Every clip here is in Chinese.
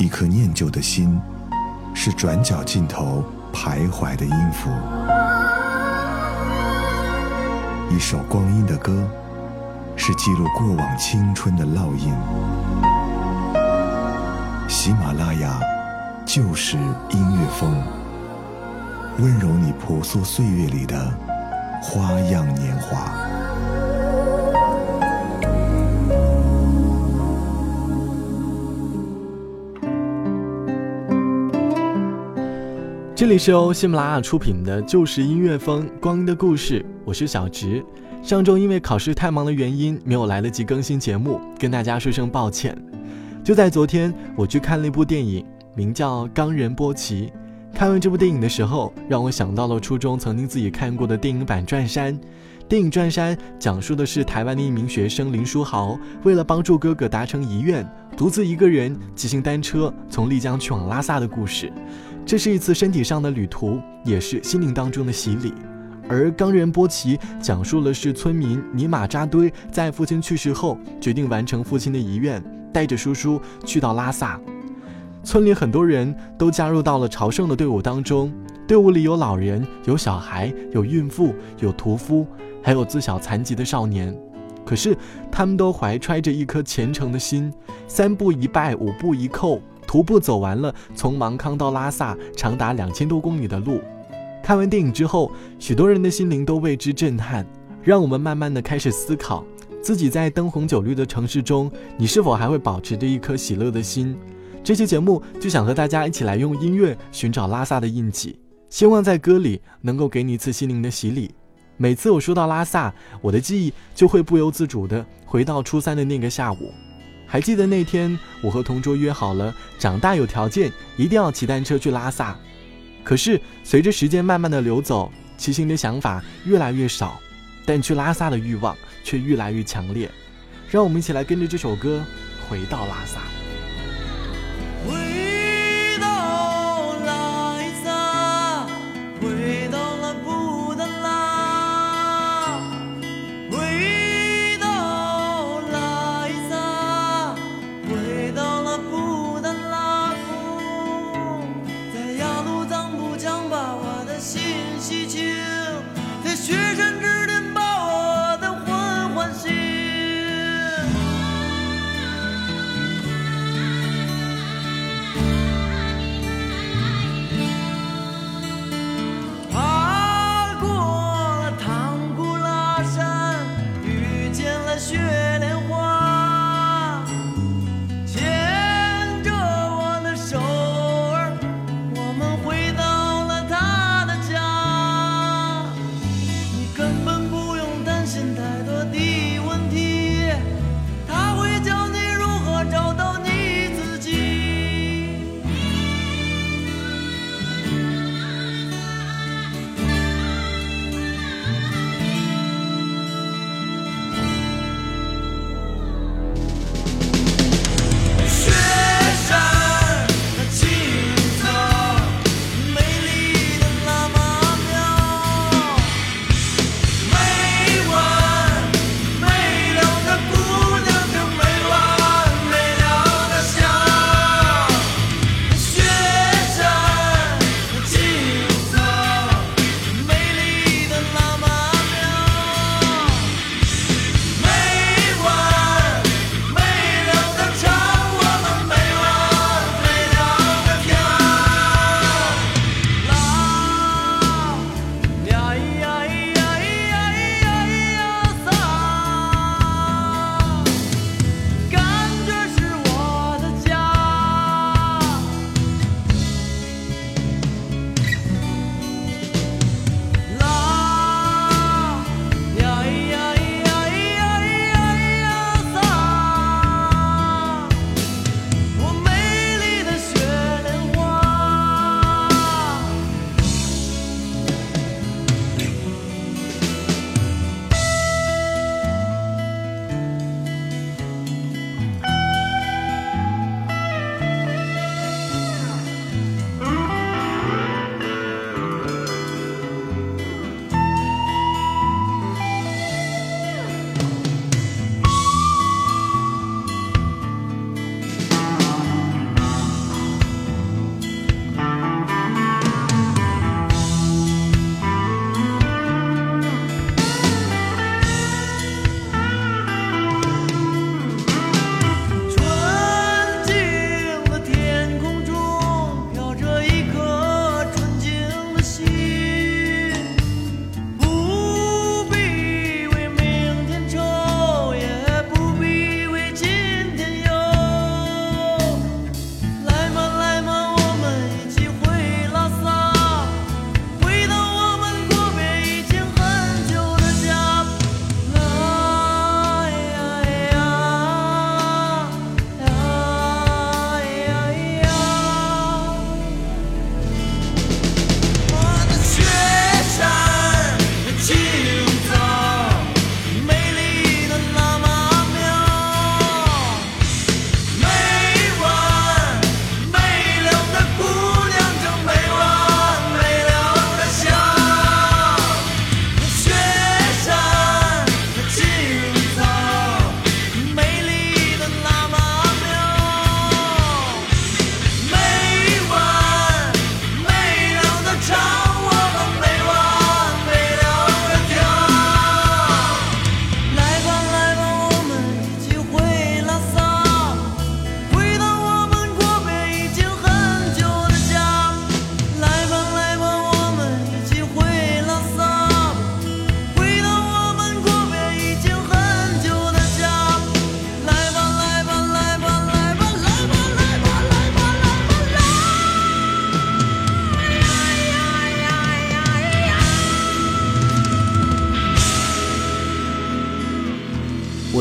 一颗念旧的心，是转角尽头徘徊的音符。一首光阴的歌，是记录过往青春的烙印。喜马拉雅就是音乐风，温柔你朴素岁月里的花样年华。 这里是由喜马拉雅出品的就是音乐风光阴的故事，我是小直。上周因为考试太忙的原因，没有来得及更新节目，跟大家说声抱歉。就在昨天，我去看了一部电影，名叫《冈仁波齐》。看完这部电影的时候，让我想到了初中曾经自己看过的电影版《转山》。电影《转山》讲述的是台湾的一名学生林书豪，为了帮助哥哥达成遗愿，独自一个人骑行单车从丽江去往拉萨的故事。这是一次身体上的旅途，也是心灵当中的洗礼。而《冈仁波齐》讲述的是村民尼玛扎堆在父亲去世后，决定完成父亲的遗愿，带着叔叔去到拉萨。村里很多人都加入到了朝圣的队伍当中，队伍里有老人，有小孩，有孕妇，有屠夫，还有自小残疾的少年。可是他们都怀揣着一颗虔诚的心，3步一拜，5步一叩，徒步走完了从芒康到拉萨长达2000多公里的路。看完电影之后，许多人的心灵都为之震撼，让我们慢慢地开始思考，自己在灯红酒绿的城市中，你是否还会保持着一颗喜乐的心？这期节目就想和大家一起来用音乐寻找拉萨的印记，希望在歌里能够给你一次心灵的洗礼。每次我说到拉萨，我的记忆就会不由自主地回到初3的那个下午。还记得那天，我和同桌约好了，长大有条件一定要骑单车去拉萨。可是随着时间慢慢的流走，骑行的想法越来越少，但去拉萨的欲望却越来越强烈。让我们一起来跟着这首歌回到拉萨。 回到拉萨，回到了布达拉，回到拉萨，回到了布达拉宫，在雅鲁藏布江把我的心洗净，在雪山之巅把我的魂唤醒。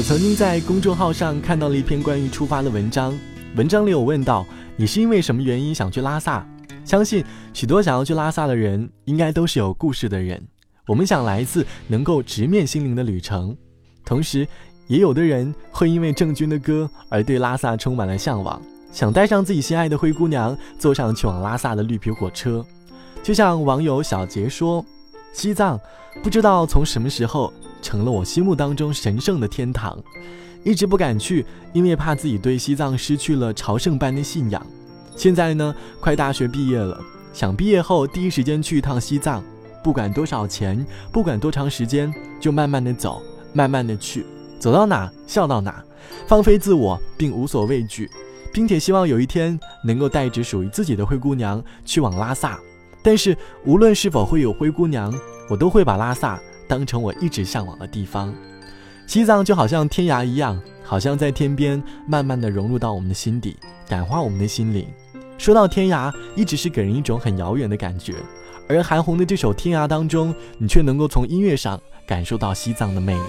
曾经在公众号上看到了一篇关于出发的文章，文章里有问到，你是因为什么原因想去拉萨？相信许多想要去拉萨的人应该都是有故事的人，我们想来一次能够直面心灵的旅程。同时也有的人会因为郑钧的歌而对拉萨充满了向往，想带上自己心爱的灰姑娘，坐上去往拉萨的绿皮火车。就像网友小杰说，西藏不知道从什么时候成了我心目当中神圣的天堂，一直不敢去，因为怕自己对西藏失去了朝圣般的信仰。现在呢，快大学毕业了，想毕业后第一时间去一趟西藏，不管多少钱，不管多长时间，就慢慢的走，慢慢的去，走到哪笑到哪，放飞自我并无所畏惧，并且希望有一天能够带着属于自己的灰姑娘去往拉萨。但是无论是否会有灰姑娘，我都会把拉萨当成我一直向往的地方。西藏就好像天涯一样，好像在天边慢慢的融入到我们的心底，感化我们的心灵。说到天涯，一直是给人一种很遥远的感觉，而韩红的这首《天涯》当中，你却能够从音乐上感受到西藏的魅力。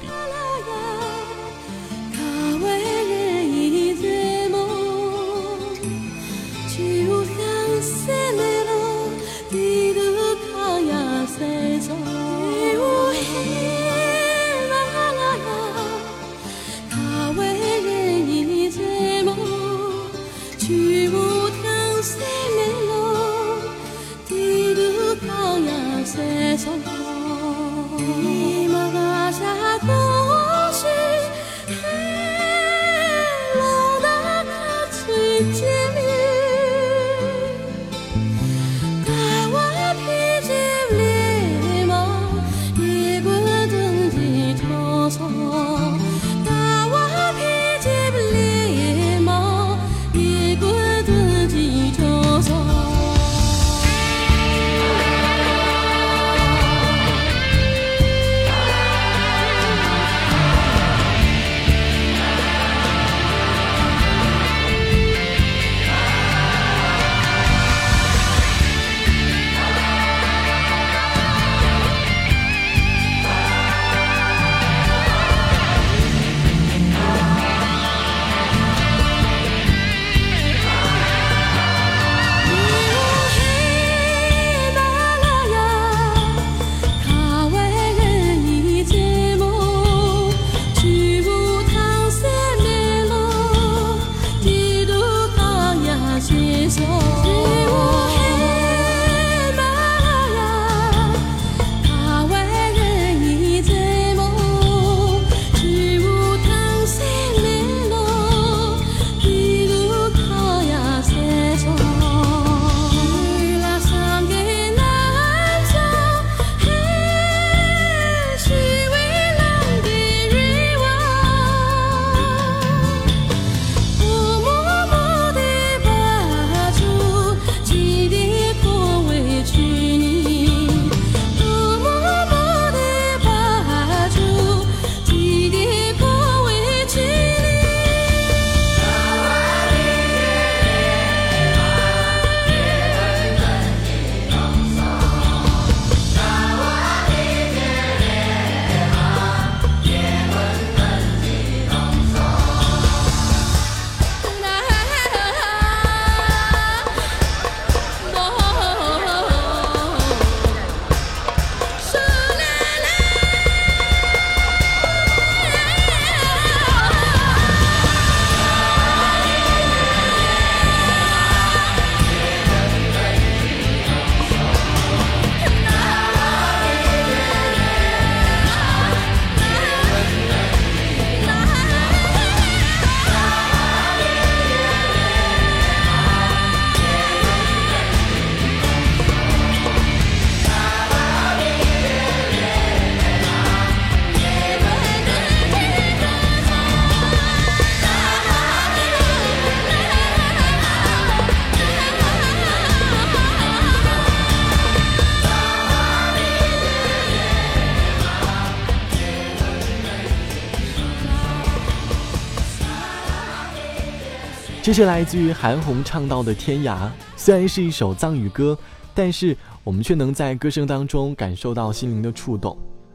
这是来自于韩红唱到的《天涯》，虽然是一首藏语歌，但是我们却能在歌声当中感受到心灵的触动。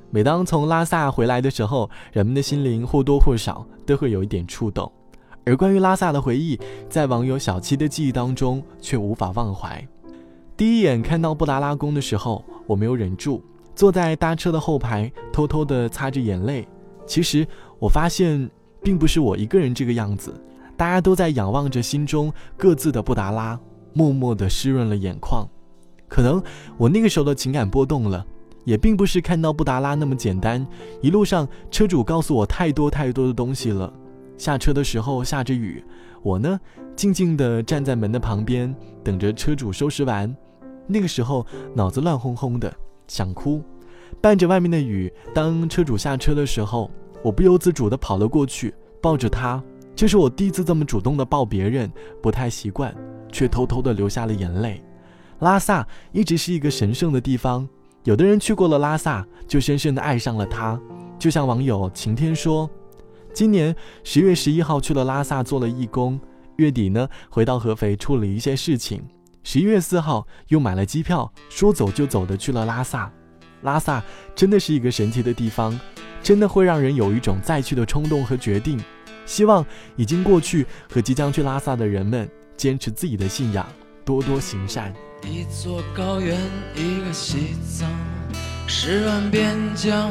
每当从拉萨回来的时候，人们的心灵或多或少都会有一点触动。而关于拉萨的回忆，在网友小七的记忆当中却无法忘怀。第一眼看到布达拉宫的时候，我没有忍住，坐在搭车的后排，偷偷地擦着眼泪。其实我发现并不是我一个人这个样子，大家都在仰望着心中各自的布达拉，默默地湿润了眼眶。可能我那个时候的情感波动了，也并不是看到布达拉那么简单。一路上车主告诉我太多太多的东西了。下车的时候下着雨，我呢静静地站在门的旁边，等着车主收拾完。那个时候脑子乱哄哄的，想哭，伴着外面的雨。当车主下车的时候，我不由自主地跑了过去，抱着他。这是我第一次这么主动地抱别人，不太习惯，却偷偷地流下了眼泪。拉萨一直是一个神圣的地方，有的人去过了拉萨，就深深地爱上了它。就像网友晴天说，今年10月11号去了拉萨做了义工，月底呢回到合肥处理一些事情，11月4号又买了机票，说走就走的去了拉萨。拉萨真的是一个神奇的地方，真的会让人有一种再去的冲动和决定。希望已经过去和即将去拉萨的人们坚持自己的信仰，多多行善。 一座高原，一个西藏，10万边疆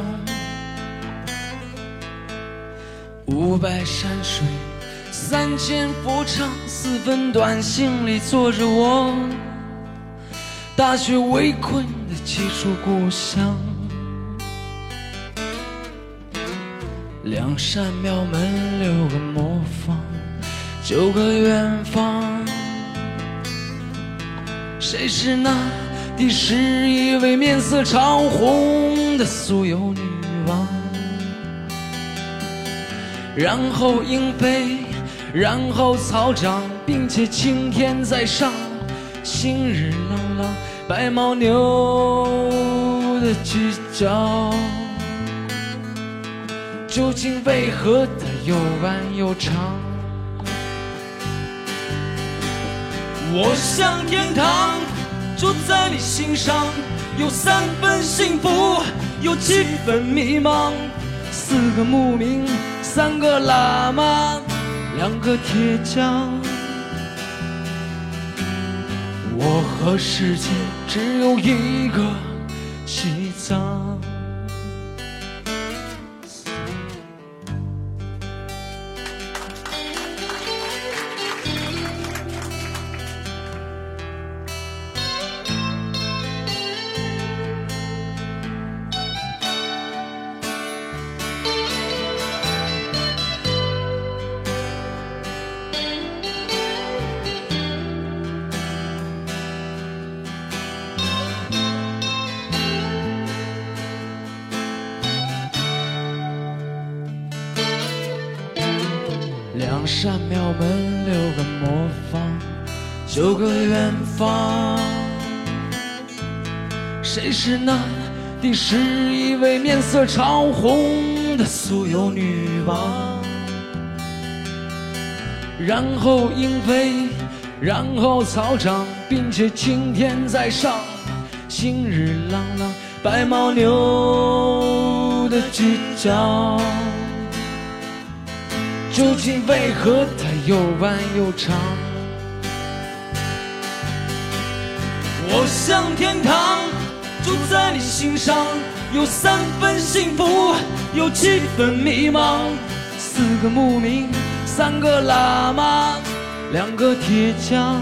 ，500山水，3000佛场，4分短信里坐着我，大雪围困的七处故乡，2扇庙门，6个磨坊，9个远方。谁是那第11位面色潮红的酥油女王？然后鹰飞，然后草长，并且青天在上，新日朗朗，白牦牛的犄角，究竟为何它又弯又长？我向天堂，住在你心上，有3分幸福，有7分迷茫。4个牧民，3个喇嘛，2个铁匠。我和世界只有一个西藏。2扇庙门，6个磨坊，9个远方。谁是那第11位面色潮红的酥油女王？然后鹰飞，然后草长，并且青天在上，新日朗朗，白牦牛的犄角。究竟为何它又弯又长？我向天堂，住在你心上，有3分幸福，有7分迷茫。4个牧民，3个喇嘛，2个铁匠。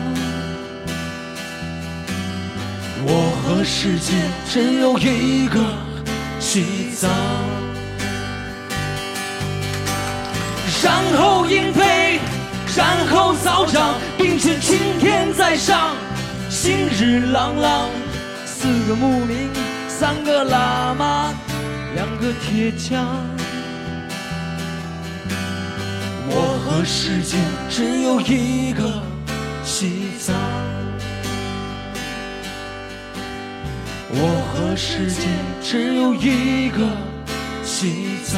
我和世界只有一个西藏。然后鹰飞，然后草长，并且青天在上，新日朗朗。4个牧民，3个喇嘛，2个铁匠。我和世界只有一个西藏。我和世界只有一个西藏。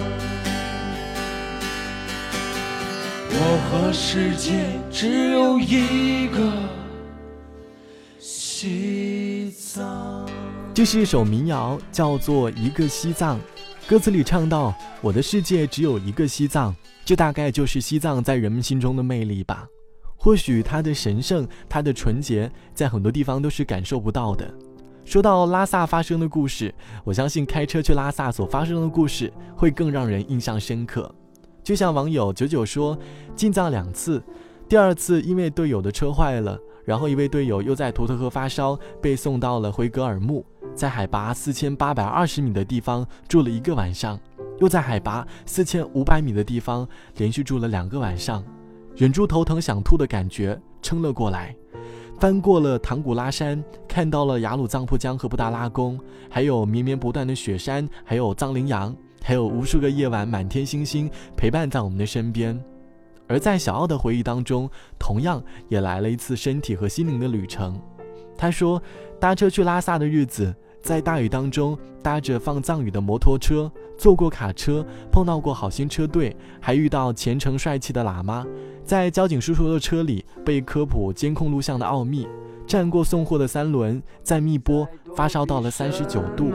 我和世界只有一个西藏。 这是一首民谣，叫做《一个西藏》。歌词里唱到，我的世界只有一个西藏，这大概就是西藏在人们心中的魅力吧。或许它的神圣，它的纯洁，在很多地方都是感受不到的。说到拉萨发生的故事，我相信开车去拉萨所发生的故事会更让人印象深刻。就像网友99说，进藏2次，第2次因为队友的车坏了，然后一位队友又在图特河发烧，被送到了回格尔木，在海拔4820米的地方住了1个晚上，又在海拔4500米的地方连续住了2个晚上，忍住头疼想吐的感觉撑了过来，翻过了唐古拉山，看到了雅鲁藏布江和布达拉宫，还有绵绵不断的雪山，还有藏羚羊，还有无数个夜晚满天星星陪伴在我们的身边。而在小奥的回忆当中，同样也来了一次身体和心灵的旅程。他说，搭车去拉萨的日子，在大雨当中搭着放藏语的摩托车，坐过卡车，碰到过好心车队，还遇到虔诚帅气的喇嘛，在交警叔叔的车里被科普监控录像的奥秘，站过送货的3轮，在密波发烧到了39度。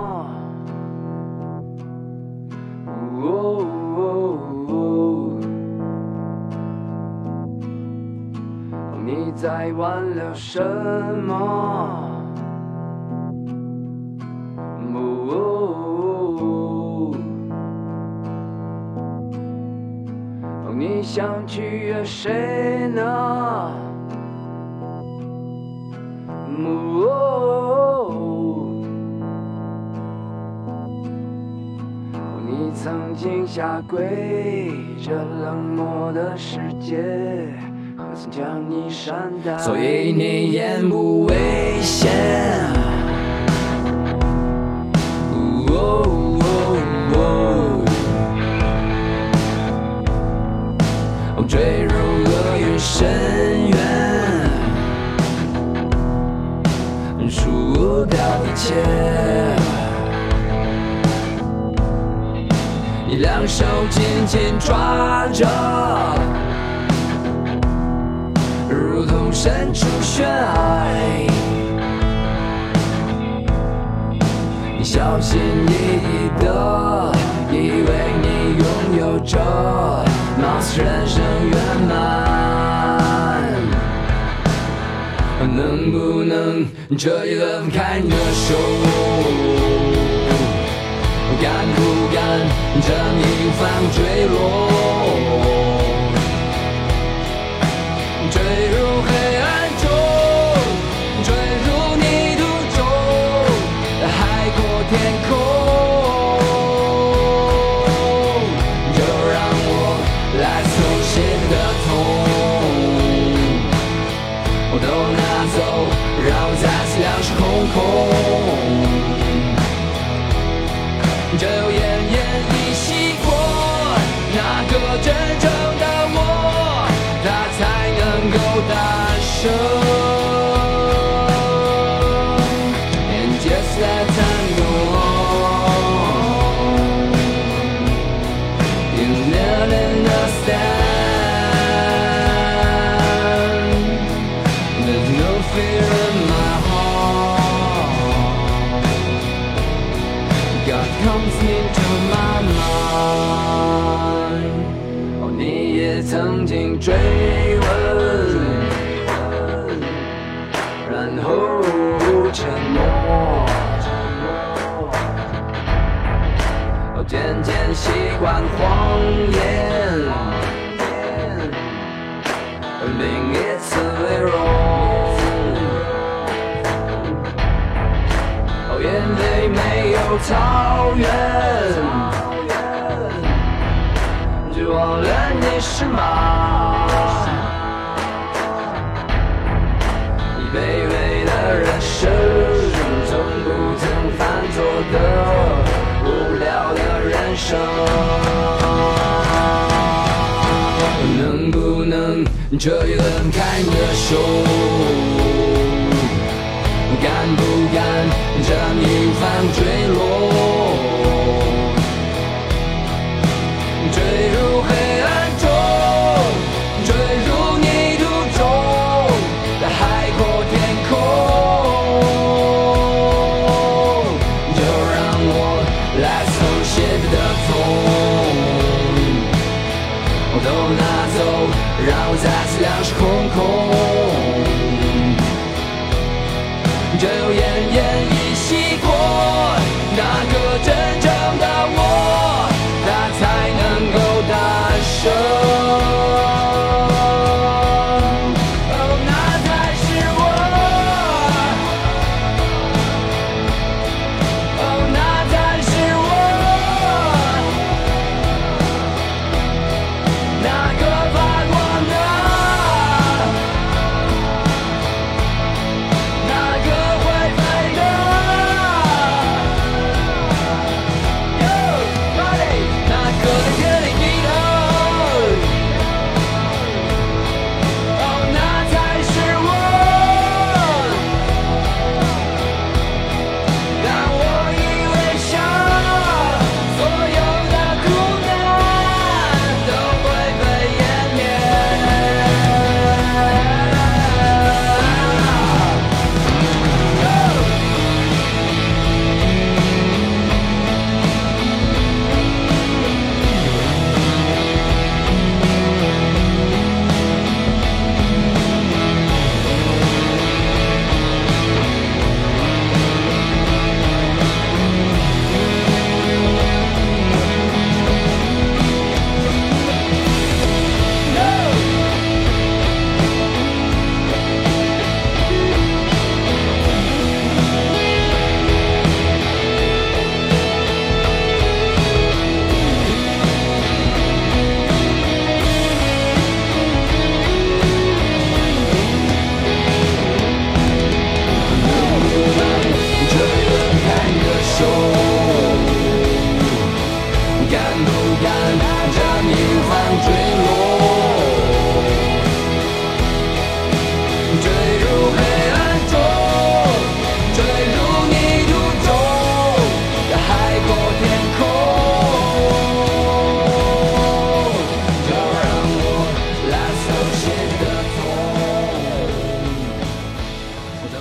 你在挽留什么？你想取悦谁呢？你曾经下跪，这冷漠的世界何曾将你善待？所以你言不危险。坠入厄运深渊，输掉一切。你2手紧紧抓着，如同身处悬崖。你小心翼翼的，以为你拥有着貌似人生圆满，能不能这一轮开你的手？敢不敢这明帆坠落？坠入黑暗中，坠入泥土中，海阔天空。只有奄奄一息过，那个真正的我，他才能够诞生。And just let time go on, you never understand. There's no fear in my heart.God comes into my mind。 你也曾经追问，然后沉默，渐渐习惯谎言，另一次微弱，眼泪没有草原，只忘了你是马。你卑微的人生，从不曾犯错的无聊的人生，能不能这一轮开你的手？敢不敢这明帆坠落？坠入黑暗中，坠入泥土中，海阔天空。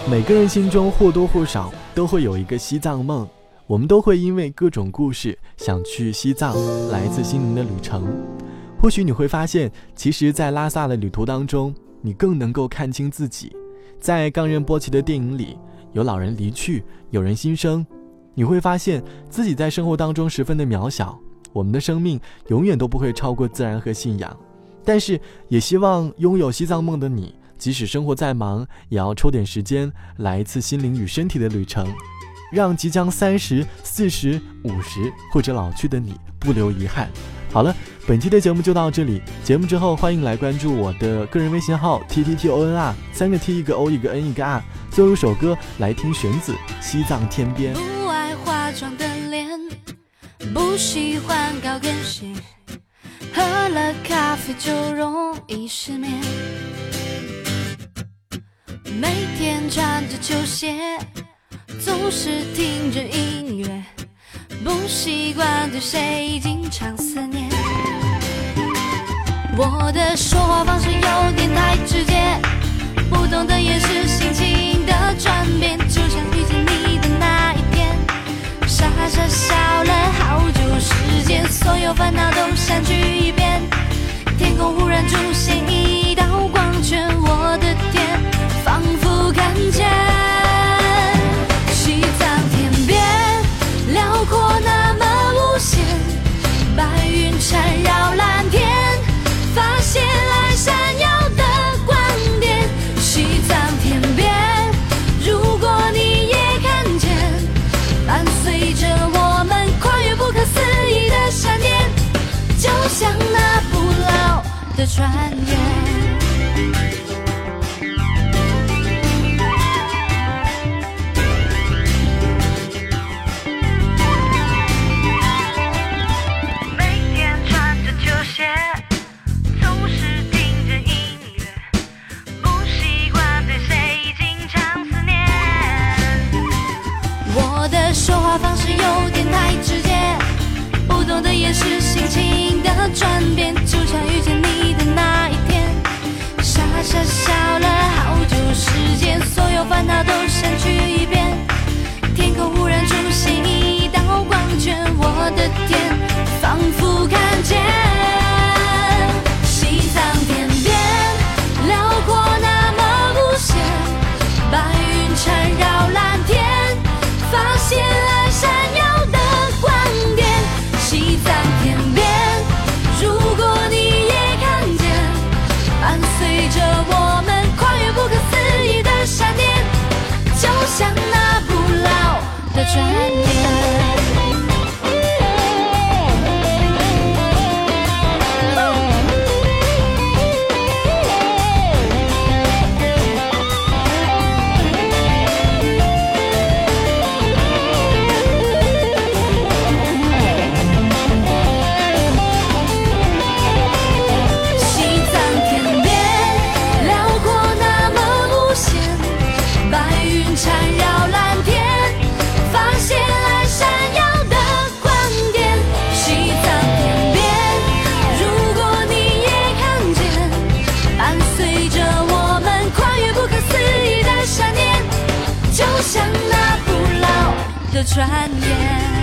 每个人心中或多或少都会有一个西藏梦，我们都会因为各种故事想去西藏来一次心灵的旅程。或许你会发现，其实在拉萨的旅途当中，你更能够看清自己。在冈仁波齐的电影里，有老人离去，有人新生，你会发现自己在生活当中十分的渺小，我们的生命永远都不会超过自然和信仰。但是也希望拥有西藏梦的你，即使生活再忙，也要抽点时间来一次心灵与身体的旅程，让即将30、40、50或者老去的你不留遗憾。好了，本期的节目就到这里，节目之后欢迎来关注我的个人微信号 TTTONR，3个 T 1个 O 1个 N 1个 R。最后一首歌来听玄子西藏天边。 不爱化妆的脸，不喜欢高跟鞋，喝了咖啡就容易失眠，每天穿着球鞋，总是听着音乐，不习惯对谁经常思念。我的说话方式有点太直接，不懂得掩饰心情的转变，就像遇见你的那一天，傻傻笑了好久时间，所有烦恼都散去一遍，天空忽然出现一道光圈，我的天，仿佛看见西藏天边辽阔那么无限，白云缠绕蓝天，发现爱闪耀的光点。西藏天边，如果你也看见，伴随着我们跨越不可思议的闪电，就像那不老的穿越。说话方式有点太直接，不懂得掩饰心情的转变，就像遇见你的那一天，傻傻笑了好久时间，所有烦恼都散去一遍，天空忽然出现一道光圈，我的天，仿佛看见西藏天边辽阔那么无限，白云缠绕蓝天，发现爱闪耀的光点。西藏天边，如果你也看见，伴随着我们跨越不可思议的闪电，就像那不老的穿越。像那不老的传言。